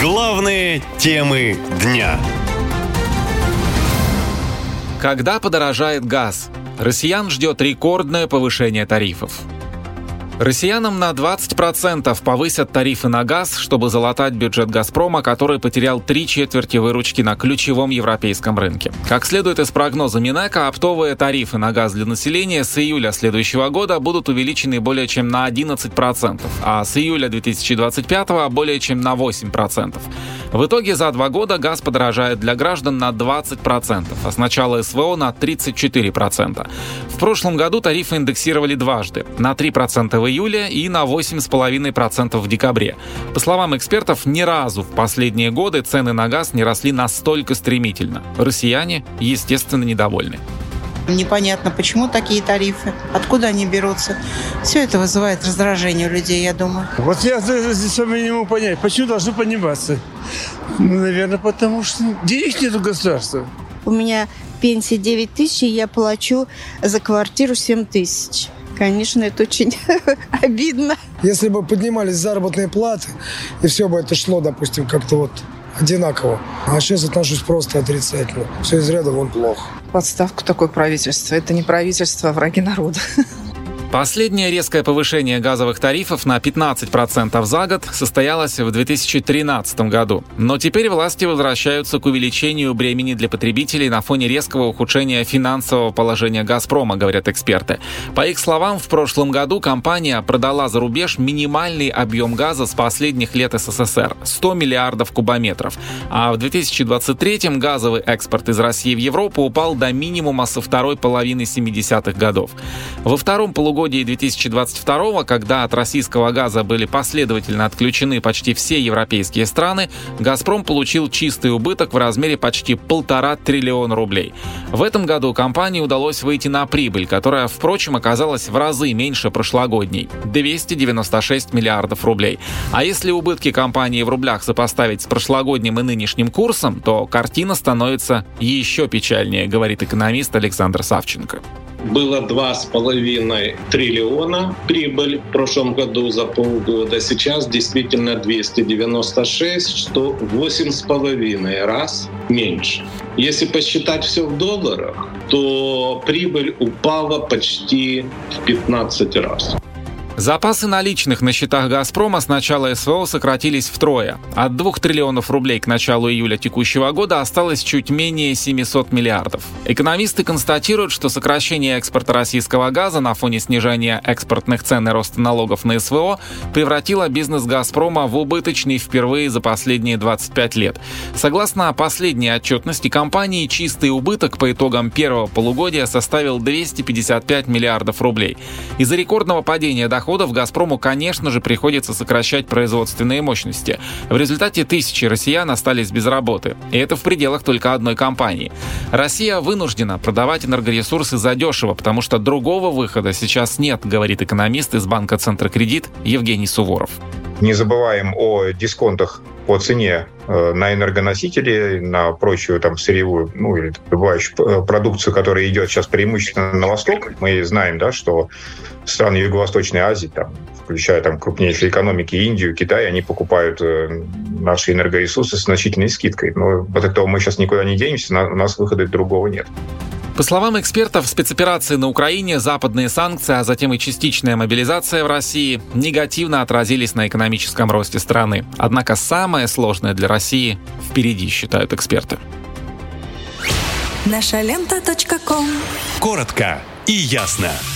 Главные темы дня. Когда подорожает газ? Россиян ждет рекордное повышение тарифов. Россиянам на 20% повысят тарифы на газ, чтобы залатать бюджет «Газпрома», который потерял 3/4 выручки на ключевом европейском рынке. Как следует из прогноза Минэка, оптовые тарифы на газ для населения с июля следующего года будут увеличены более чем на 11%, а с июля 2025 более чем на 8%. В итоге за 2 года газ подорожает для граждан на 20%, а с начала СВО на 34%. В прошлом году тарифы индексировали дважды – на 3% в июле и на 8,5% в декабре. По словам экспертов, ни разу в последние годы цены на газ не росли настолько стремительно. Россияне, естественно, недовольны. Непонятно, почему такие тарифы, откуда они берутся. Все это вызывает раздражение у людей, я думаю. Вот я здесь с вами не могу понять, почему должны подниматься. Наверное, потому что денег нет у государства. У меня пенсия 9 тысяч, и я плачу за квартиру 7 тысяч. Конечно, это очень обидно. Если бы поднимались заработные платы, и все бы это шло, допустим, как-то вот одинаково. А сейчас отношусь просто отрицательно. Все из ряда вон плохо. В отставку такое правительство. Это не правительство, а враги народа. Последнее резкое повышение газовых тарифов на 15% за год состоялось в 2013 году. Но теперь власти возвращаются к увеличению бремени для потребителей на фоне резкого ухудшения финансового положения «Газпрома», говорят эксперты. По их словам, в прошлом году компания продала за рубеж минимальный объем газа с последних лет СССР – 100 миллиардов кубометров. А в 2023-м газовый экспорт из России в Европу упал до минимума со второй половины 70-х годов. Во втором полугодии 2022-го, когда от российского газа были последовательно отключены почти все европейские страны, «Газпром» получил чистый убыток в размере почти 1,5 триллиона рублей. В этом году компании удалось выйти на прибыль, которая, впрочем, оказалась в разы меньше прошлогодней – 296 миллиардов рублей. А если убытки компании в рублях сопоставить с прошлогодним и нынешним курсом, то картина становится еще печальнее, говорит экономист Александр Савченко. Было 2,5 триллиона прибыль в прошлом году за полгода. Сейчас действительно 296, что 8,5 раз меньше. Если посчитать все в долларах, то прибыль упала почти в 15 раз. Запасы наличных на счетах «Газпрома» с начала СВО сократились втрое. От 2 триллионов рублей к началу июля текущего года осталось чуть менее 700 миллиардов. Экономисты констатируют, что сокращение экспорта российского газа на фоне снижения экспортных цен и роста налогов на СВО превратило бизнес «Газпрома» в убыточный впервые за последние 25 лет. Согласно последней отчетности компании, чистый убыток по итогам первого полугодия составил 255 миллиардов рублей. Из-за рекордного падения доходов «Газпрому», конечно же, приходится сокращать производственные мощности. В результате тысячи россиян остались без работы. И это в пределах только одной компании. Россия вынуждена продавать энергоресурсы задешево, потому что другого выхода сейчас нет, говорит экономист из банка «Центрокредит» Евгений Суворов. Не забываем о дисконтах по цене на энергоносители, на прочую сырьевую, или добывающую продукцию, которая идет сейчас преимущественно на восток. Мы знаем, что страны Юго-Восточной Азии, включая крупнейшие экономики Индию, Китай, они покупают наши энергоресурсы с значительной скидкой. Но от этого мы сейчас никуда не денемся, у нас выхода другого нет. По словам экспертов, спецоперации на Украине, западные санкции, а затем и частичная мобилизация в России негативно отразились на экономическом росте страны. Однако самое сложное для России впереди, считают эксперты. Нашалента.ком. Коротко и ясно.